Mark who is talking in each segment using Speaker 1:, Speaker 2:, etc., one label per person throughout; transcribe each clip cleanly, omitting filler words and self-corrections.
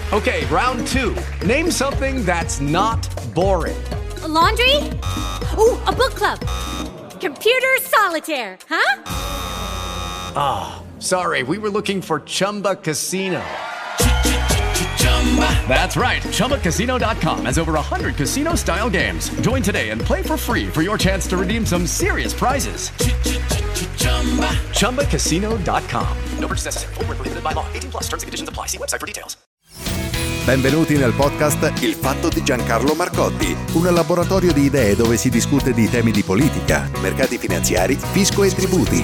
Speaker 1: Okay, round two. Name something that's not boring.
Speaker 2: A laundry? Ooh, a book club. Computer solitaire, huh?
Speaker 1: Ah, sorry, we were looking for Chumba Casino. That's right, ChumbaCasino.com has over 100 casino-style games. Join today and play for free for your chance to redeem some serious prizes. ChumbaCasino.com. No purchase necessary. Void where prohibited by law. 18+ terms and conditions apply. See website for details.
Speaker 3: Benvenuti nel podcast Il Fatto di Giancarlo Marcotti, un laboratorio di idee dove si discute di temi di politica, mercati finanziari, fisco e tributi.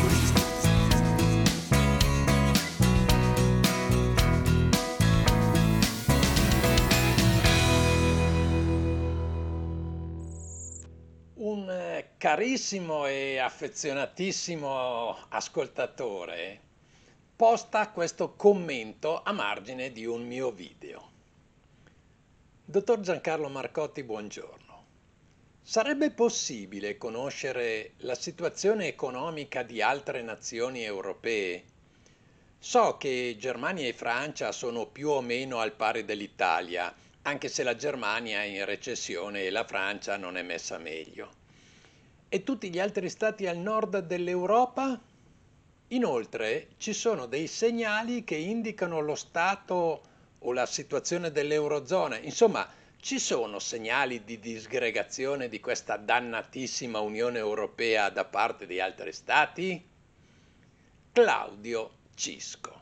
Speaker 4: Un carissimo e affezionatissimo ascoltatore posta questo commento a margine di un mio video. Dottor Giancarlo Marcotti, buongiorno. Sarebbe possibile conoscere la situazione economica di altre nazioni europee? So che Germania e Francia sono più o meno al pari dell'Italia, anche se la Germania è in recessione e la Francia non è messa meglio. E tutti gli altri stati al nord dell'Europa? Inoltre ci sono dei segnali che indicano lo stato o la situazione dell'Eurozona. Insomma, ci sono segnali di disgregazione di questa dannatissima Unione Europea da parte di altri stati? Claudio Cisco.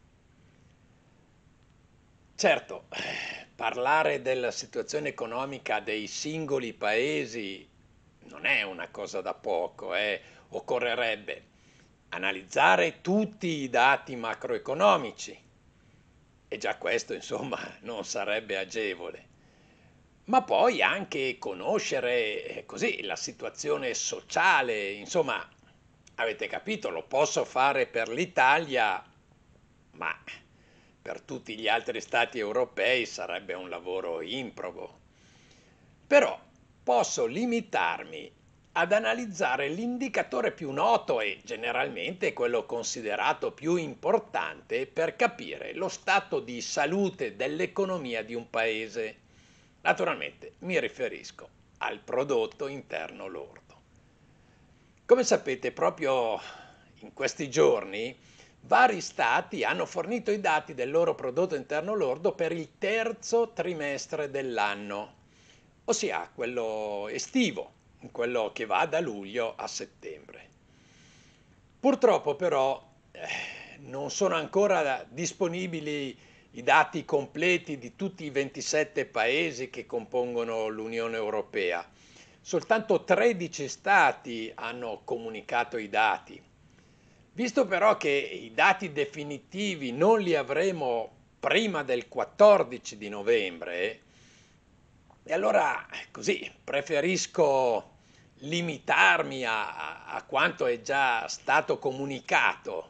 Speaker 4: Certo, parlare della situazione economica dei singoli paesi non è una cosa da poco, occorrerebbe analizzare tutti i dati macroeconomici e già questo insomma non sarebbe agevole, ma poi anche conoscere così la situazione sociale, insomma avete capito, lo posso fare per l'Italia, ma per tutti gli altri stati europei sarebbe un lavoro improbo. Però posso limitarmi ad analizzare l'indicatore più noto e generalmente quello considerato più importante per capire lo stato di salute dell'economia di un paese. Naturalmente mi riferisco al prodotto interno lordo. Come sapete, proprio in questi giorni vari stati hanno fornito i dati del loro prodotto interno lordo per il terzo trimestre dell'anno, ossia quello estivo, quello che va da luglio a settembre. Purtroppo però non sono ancora disponibili i dati completi di tutti i 27 paesi che compongono l'Unione Europea. Soltanto 13 stati hanno comunicato i dati. Visto però che i dati definitivi non li avremo prima del 14 di novembre, e allora così preferisco limitarmi a quanto è già stato comunicato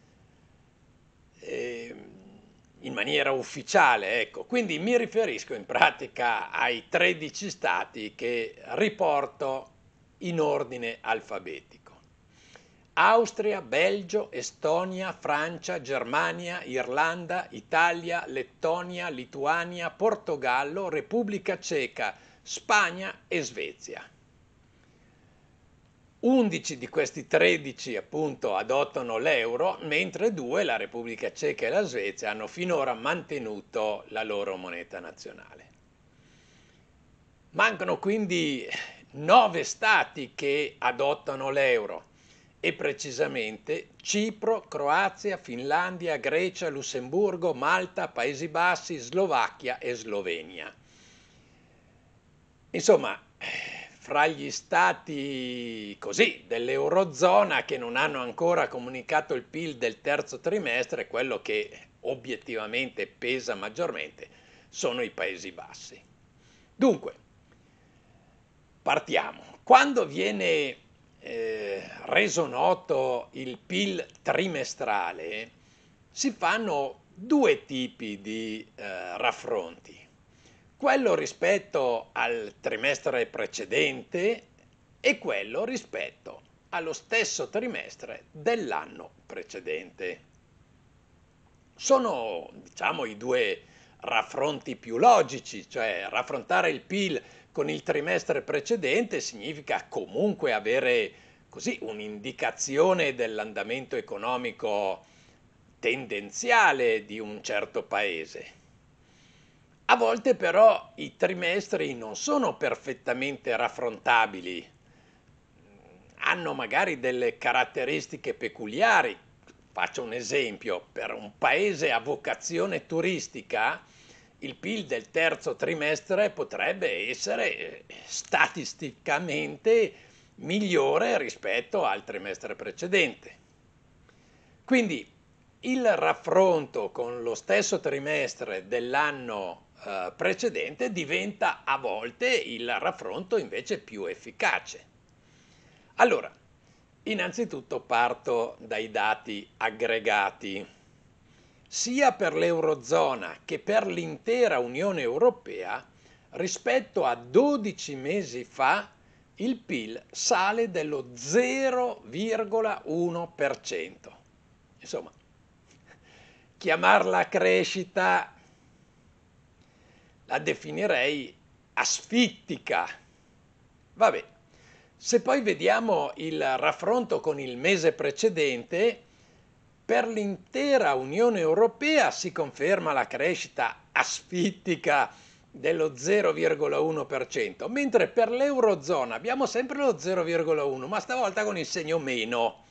Speaker 4: in maniera ufficiale, ecco. Quindi mi riferisco in pratica ai 13 stati che riporto in ordine alfabetico. Austria, Belgio, Estonia, Francia, Germania, Irlanda, Italia, Lettonia, Lituania, Portogallo, Repubblica Ceca, Spagna e Svezia. 11 di questi 13 appunto adottano l'euro, mentre 2, la Repubblica Ceca e la Svezia, hanno finora mantenuto la loro moneta nazionale. Mancano quindi 9 stati che adottano l'euro, e precisamente Cipro, Croazia, Finlandia, Grecia, Lussemburgo, Malta, Paesi Bassi, Slovacchia e Slovenia. Insomma, fra gli stati così dell'Eurozona che non hanno ancora comunicato il PIL del terzo trimestre, quello che obiettivamente pesa maggiormente sono i Paesi Bassi. Dunque, partiamo. Quando viene reso noto il PIL trimestrale, si fanno due tipi di raffronti. Quello rispetto al trimestre precedente e quello rispetto allo stesso trimestre dell'anno precedente. Sono, diciamo, i due raffronti più logici, cioè raffrontare il PIL con il trimestre precedente significa comunque avere così un'indicazione dell'andamento economico tendenziale di un certo paese. A volte però i trimestri non sono perfettamente raffrontabili, hanno magari delle caratteristiche peculiari. Faccio un esempio: per un paese a vocazione turistica, il PIL del terzo trimestre potrebbe essere statisticamente migliore rispetto al trimestre precedente. Quindi il raffronto con lo stesso trimestre dell'anno precedente diventa a volte il raffronto invece più efficace. Allora, innanzitutto parto dai dati aggregati. Sia per l'Eurozona che per l'intera Unione Europea, rispetto a 12 mesi fa, il PIL sale dello 0,1%. Insomma, chiamarla crescita la definirei asfittica. Vabbè, se poi vediamo il raffronto con il mese precedente, per l'intera Unione Europea si conferma la crescita asfittica dello 0,1%, mentre per l'Eurozona abbiamo sempre lo 0,1, ma stavolta con il segno meno.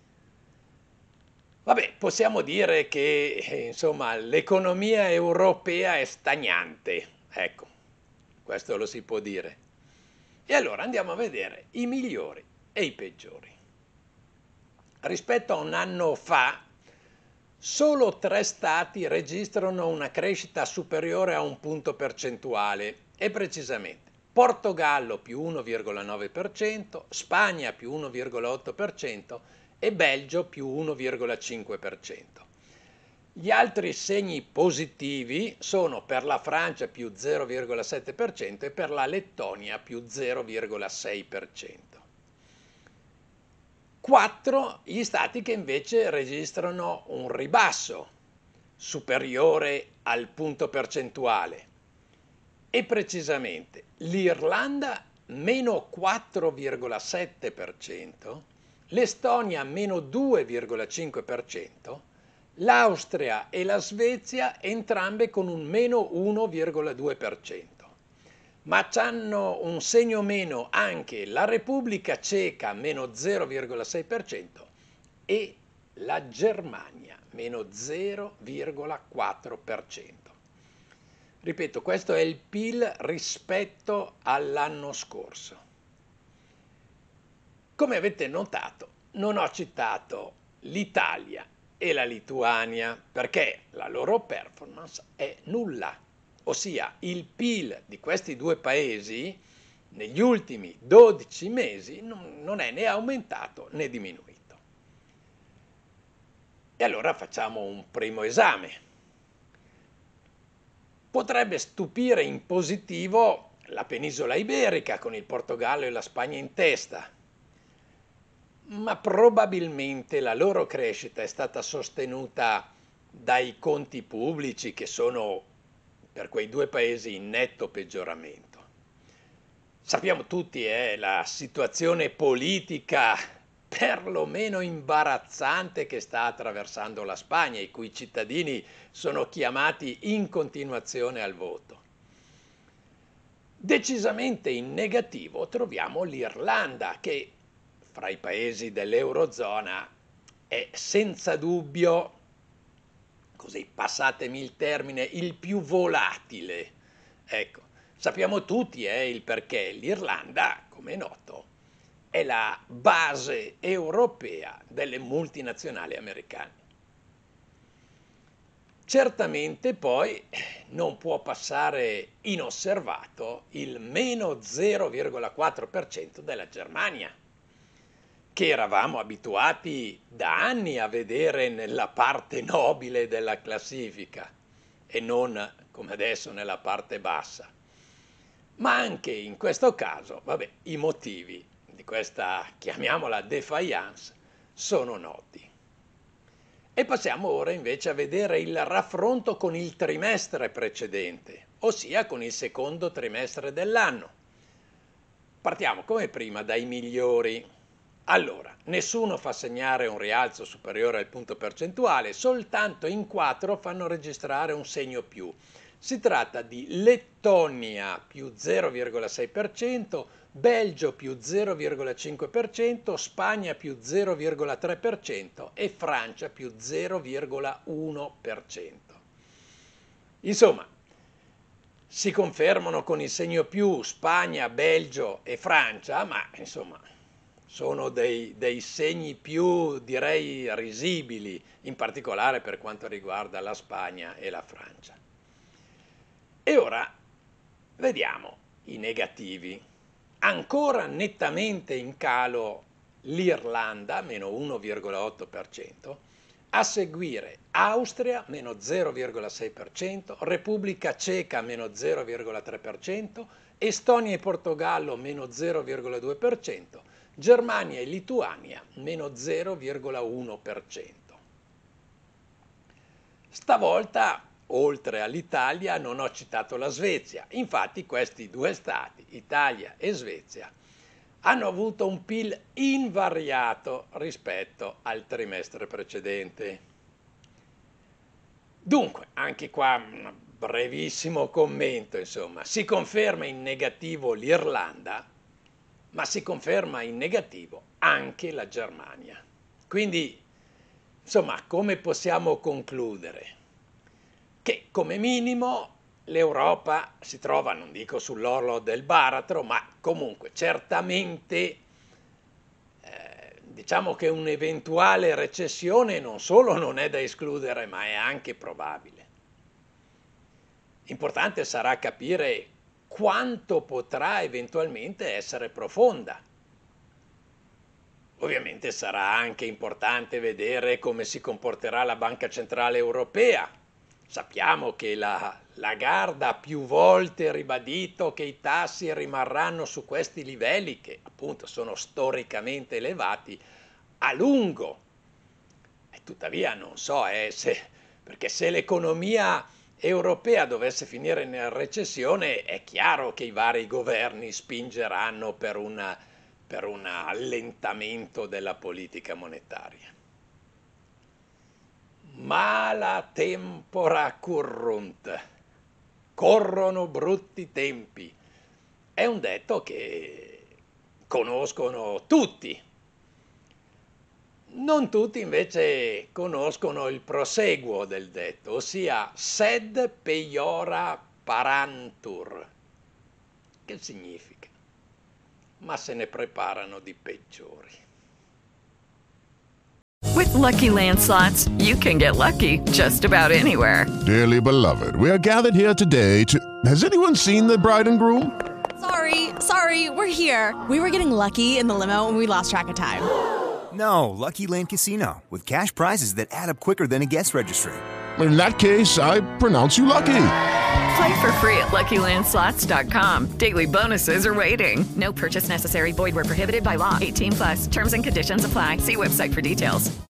Speaker 4: Vabbè, possiamo dire che insomma l'economia europea è stagnante, ecco, questo lo si può dire. E allora andiamo a vedere i migliori e i peggiori. Rispetto a un anno fa, solo 3 stati registrano una crescita superiore a un punto percentuale, e precisamente Portogallo più 1,9%, Spagna più 1,8% e Belgio più 1,5%. Gli altri segni positivi sono per la Francia più 0,7% e per la Lettonia più 0,6%. 4 gli stati che invece registrano un ribasso superiore al punto percentuale, e precisamente l'Irlanda meno 4,7%, l'Estonia meno 2,5%, l'Austria e la Svezia entrambe con un meno 1,2%. Ma c'hanno un segno meno anche la Repubblica Ceca meno 0,6% e la Germania meno 0,4%. Ripeto, questo è il PIL rispetto all'anno scorso. Come avete notato, non ho citato l'Italia e la Lituania perché la loro performance è nulla. Ossia, il PIL di questi due paesi negli ultimi 12 mesi non è né aumentato né diminuito. E allora facciamo un primo esame. Potrebbe stupire in positivo la penisola iberica con il Portogallo e la Spagna in testa, ma probabilmente la loro crescita è stata sostenuta dai conti pubblici che sono per quei due paesi in netto peggioramento. Sappiamo tutti la situazione politica perlomeno imbarazzante che sta attraversando la Spagna, i cui cittadini sono chiamati in continuazione al voto. Decisamente in negativo troviamo l'Irlanda, che fra i paesi dell'Eurozona è senza dubbio, così passatemi il termine, il più volatile. Ecco, sappiamo tutti il perché. L'Irlanda, come è noto, è la base europea delle multinazionali americane. Certamente poi non può passare inosservato il meno 0,4% della Germania, che eravamo abituati da anni a vedere nella parte nobile della classifica e non come adesso nella parte bassa. Ma anche in questo caso, vabbè, i motivi di questa, chiamiamola, défaillance sono noti. E passiamo ora invece a vedere il raffronto con il trimestre precedente, ossia con il secondo trimestre dell'anno. Partiamo come prima dai migliori. Allora, nessuno fa segnare un rialzo superiore al punto percentuale, soltanto in 4 fanno registrare un segno più. Si tratta di Lettonia più 0,6%, Belgio più 0,5%, Spagna più 0,3% e Francia più 0,1%. Insomma, si confermano con il segno più Spagna, Belgio e Francia, ma insomma sono dei segni più, direi, risibili, in particolare per quanto riguarda la Spagna e la Francia. E ora vediamo i negativi. Ancora nettamente in calo l'Irlanda, meno 1,8%, a seguire Austria, meno 0,6%, Repubblica Ceca, meno 0,3%, Estonia e Portogallo, meno 0,2%, Germania e Lituania, meno 0,1%. Stavolta, oltre all'Italia, non ho citato la Svezia. Infatti questi due stati, Italia e Svezia, hanno avuto un PIL invariato rispetto al trimestre precedente. Dunque, anche qua un brevissimo commento, insomma. Si conferma in negativo l'Irlanda, ma si conferma in negativo anche la Germania. Quindi, insomma, come possiamo concludere? Che come minimo l'Europa si trova, non dico sull'orlo del baratro, ma comunque certamente diciamo che un'eventuale recessione non solo non è da escludere, ma è anche probabile. Importante sarà capire quanto potrà eventualmente essere profonda. Ovviamente sarà anche importante vedere come si comporterà la Banca Centrale Europea. Sappiamo che la Lagarde ha più volte ribadito che i tassi rimarranno su questi livelli, che appunto sono storicamente elevati, a lungo. E tuttavia non so, perché se l'economia europea dovesse finire in recessione, è chiaro che i vari governi spingeranno per un allentamento della politica monetaria. Mala tempora currunt, corrono brutti tempi. È un detto che conoscono tutti. Non tutti invece conoscono il proseguo del detto, ossia sed peiora parantur. Che significa? Ma se ne preparano di peggiori.
Speaker 5: With Lucky Land Slots, you can get lucky just about anywhere.
Speaker 6: Dearly beloved, we are gathered here today to... Has anyone seen the bride and groom?
Speaker 7: Sorry, we're here. We were getting lucky in the limo and we lost track of time.
Speaker 8: No, Lucky Land Casino, with cash prizes that add up quicker than a guest registry.
Speaker 6: In that case, I pronounce you lucky.
Speaker 5: Play for free at LuckyLandSlots.com. Daily bonuses are waiting. No purchase necessary. Void where prohibited by law. 18+. Terms and conditions apply. See website for details.